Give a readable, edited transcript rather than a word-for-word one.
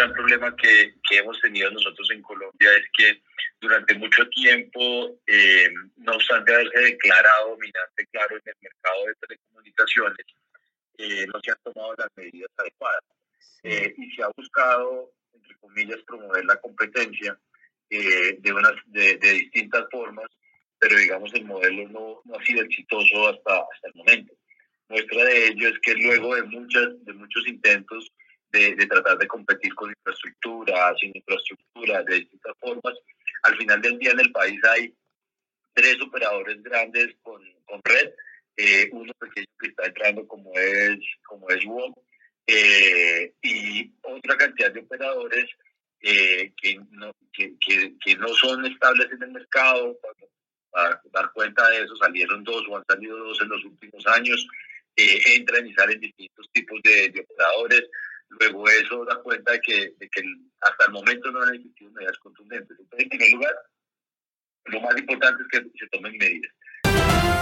gran problema que hemos tenido nosotros en Colombia es que durante mucho tiempo, no obstante haberse declarado dominante, claro, en el mercado de telecomunicaciones, no se han tomado las medidas adecuadas. Y se ha buscado, entre comillas, promover la competencia de distintas formas, pero digamos el modelo no ha sido exitoso hasta el momento. Muestra de ello es que luego de muchos intentos de tratar de competir con infraestructura, sin infraestructura, de distintas formas, al final del día en el país hay 3 operadores grandes con red, uno pequeño que está entrando como es WOM, y otra cantidad de operadores que no son estables en el mercado. Para dar cuenta de eso, salieron 2 o han salido 2 en los últimos años, entran y salen distintos tipos de operadores. Luego eso da cuenta de que hasta el momento no han existido medidas contundentes. Entonces, en primer lugar, lo más importante es que se tomen medidas.